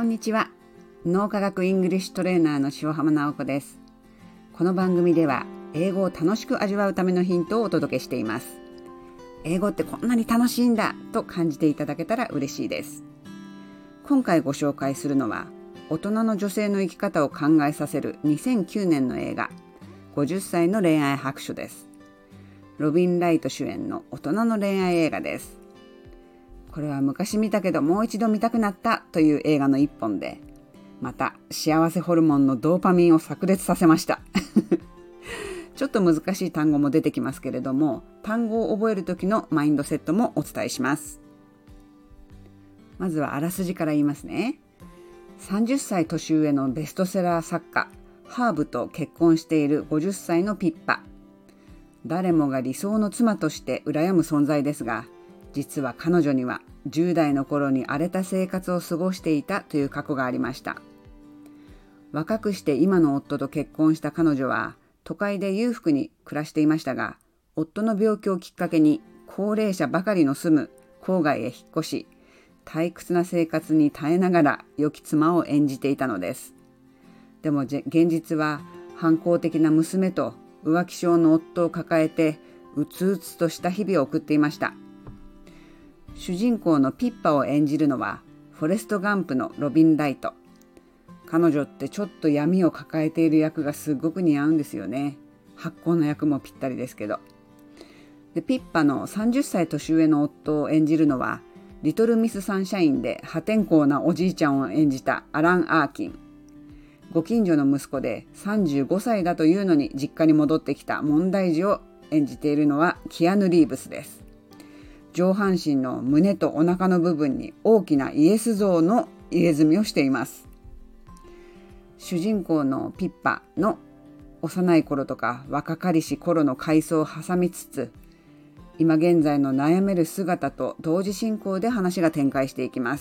んにちは。脳科学イングリッシュトレーナーの塩浜直子です。この番組では英語を楽しく味わうためのヒントをお届けしています。英語ってこんなに楽しいんだと感じていただけたら嬉しいです。今回ご紹介するのは大人の女性の生き方を考えさせる2009年の映画50歳の恋愛白書です。ロビン・ライト主演の大人の恋愛映画です。これは昔見たけどもう一度見たくなったという映画の一本で、また幸せホルモンのドーパミンを炸裂させましたちょっと難しい単語も出てきますけれども、単語を覚える時のマインドセットもお伝えします。まずはあらすじから言いますね。30歳年上のベストセラー作家ハーブと結婚している50歳のピッパ。誰もが理想の妻として羨む存在ですが、実は彼女には10代の頃に荒れた生活を過ごしていたという過去がありました。若くして今の夫と結婚した彼女は都会で裕福に暮らしていましたが、夫の病気をきっかけに高齢者ばかりの住む郊外へ引っ越し、退屈な生活に耐えながら良き妻を演じていたのです。でも現実は反抗的な娘と浮気症の夫を抱えてうつうつとした日々を送っていました。主人公のピッパを演じるのはフォレスト・ガンプのロビン・ライト。彼女ってちょっと闇を抱えている役がすごく似合うんですよね。発酵の役もぴったりですけど。でピッパの30歳年上の夫を演じるのはリトルミス・サンシャインで破天荒なおじいちゃんを演じたアラン・アーキン。ご近所の息子で35歳だというのに実家に戻ってきた問題児を演じているのはキアヌ・リーブスです。上半身の胸とお腹の部分に大きなイエス像の入れ墨をしています。主人公のピッパの幼い頃とか若かりし頃の回想を挟みつつ、今現在の悩める姿と同時進行で話が展開していきます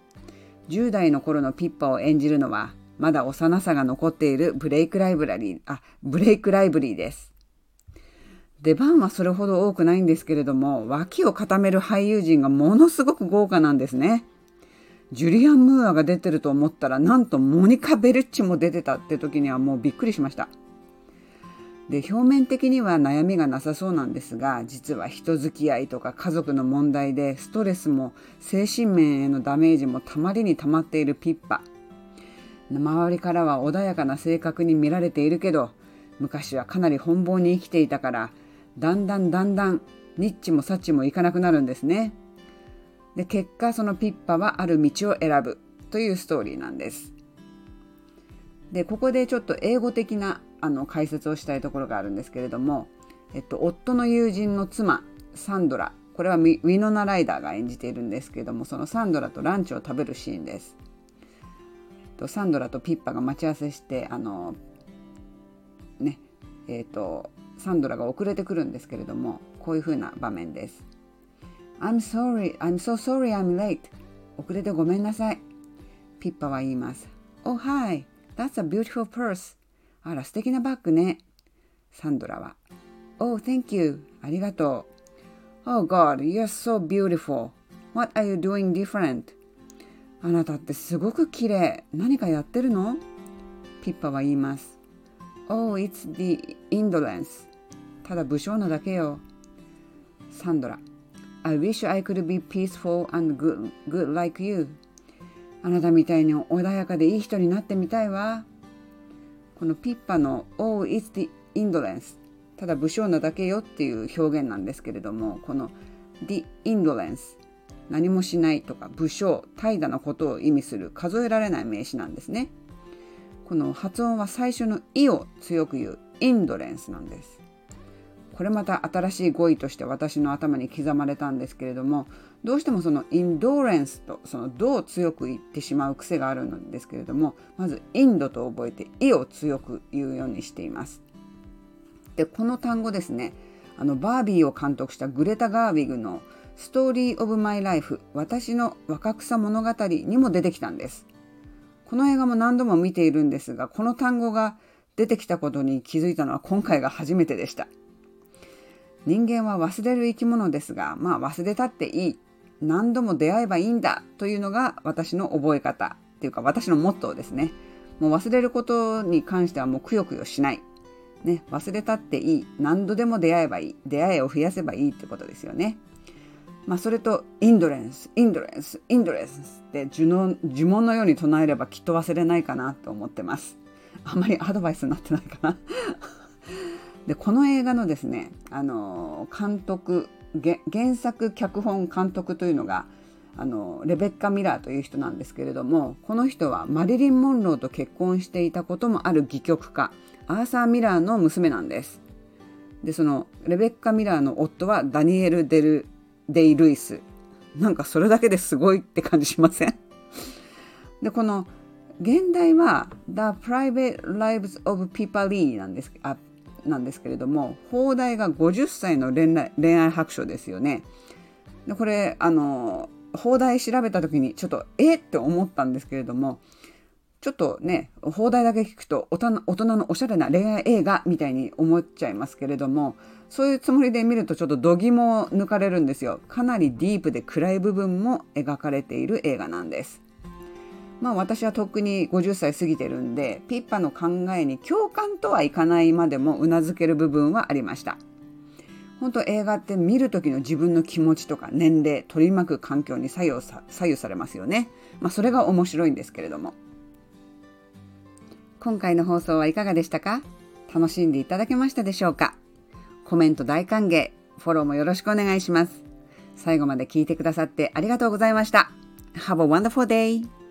。10代の頃のピッパを演じるのはまだ幼さが残っているブレイクライブリーです。出番はそれほど多くないんですけれども、脇を固める俳優陣がものすごく豪華なんですね。ジュリアン・ムーアが出てると思ったら、なんとモニカ・ベルッチも出てたって時にはもうびっくりしました。で、表面的には悩みがなさそうなんですが、実は人付き合いとか家族の問題でストレスも精神面へのダメージもたまりにたまっているピッパ。周りからは穏やかな性格に見られているけど、昔はかなり奔放に生きていたから、だんだんニッチもサッチもいかなくなるんですね。で、結果そのピッパはある道を選ぶというストーリーなんです。で、ここでちょっと英語的な解説をしたいところがあるんですけれども、夫の友人の妻サンドラ、これはウィノナ・ライダーが演じているんですけれども、そのサンドラとランチを食べるシーンです。サンドラとピッパが待ち合わせしてサンドラが遅れてくるんですけれども、こういう風な場面です。I'm so sorry I'm late. 遅れてごめんなさい。ピッパは言います。Oh hi, that's a beautiful purse. あら素敵なバッグね。サンドラは Oh thank you. ありがとう。Oh God, you're so beautiful. What are you doing different? あなたってすごく綺麗。何かやってるの？ピッパは言います。Oh, it's the indolence. ただ不精なだけよ。サンドラ I wish I could be peaceful and good like you. あなたみたいに穏やかでいい人になってみたいわ。このピッパの Oh, it's the indolence. ただ不精なだけよっていう表現なんですけれども、この the indolence、 何もしないとか不精、怠惰なことを意味する数えられない名詞なんですね。この発音は最初のイを強く言うインドレンスなんです。これまた新しい語彙として私の頭に刻まれたんですけれども、どうしてもそのインドレンスとそのドを強く言ってしまう癖があるんですけれども、まずインドと覚えてイを強く言うようにしています。で、この単語ですね、バービーを監督したグレタ・ガーウィグのストーリー・オブ・マイ・ライフ、私の若草物語にも出てきたんです。この映画も何度も見ているんですが、この単語が出てきたことに気づいたのは今回が初めてでした。人間は忘れる生き物ですが、忘れたっていい。何度も出会えばいいんだというのが私の覚え方っていうか私のモットーですね。もう忘れることに関してはもうくよくよしない。ね、忘れたっていい。何度でも出会えばいい。出会いを増やせばいいってことですよね。それとインドレンスって呪文のように唱えればきっと忘れないかなと思ってます。あんまりアドバイスになってないかな。でこの映画のですね、監督、原作脚本監督というのがレベッカ・ミラーという人なんですけれども、この人はマリリン・モンローと結婚していたこともある戯曲家アーサー・ミラーの娘なんです。でそのレベッカ・ミラーの夫はダニエル・デイ・ルイス。なんかそれだけですごいって感じしません？でこの現代は The Private Lives of Pippa Lee なんですけれども、邦題が50歳の恋愛白書ですよね。でこれ邦題調べた時にちょっとって思ったんですけれども、ちょっとね邦題だけ聞くと大人のおしゃれな恋愛映画みたいに思っちゃいますけれども、そういうつもりで見るとちょっと度肝を抜かれるんですよ。かなりディープで暗い部分も描かれている映画なんです。私はとっくに50歳過ぎてるんで、ピッパの考えに共感とはいかないまでもうなずける部分はありました。本当映画って見る時の自分の気持ちとか年齢、取り巻く環境に左右されますよね。それが面白いんですけれども。今回の放送はいかがでしたか？楽しんでいただけましたでしょうか？コメント大歓迎、フォローもよろしくお願いします。最後まで聞いてくださってありがとうございました。Have a wonderful day!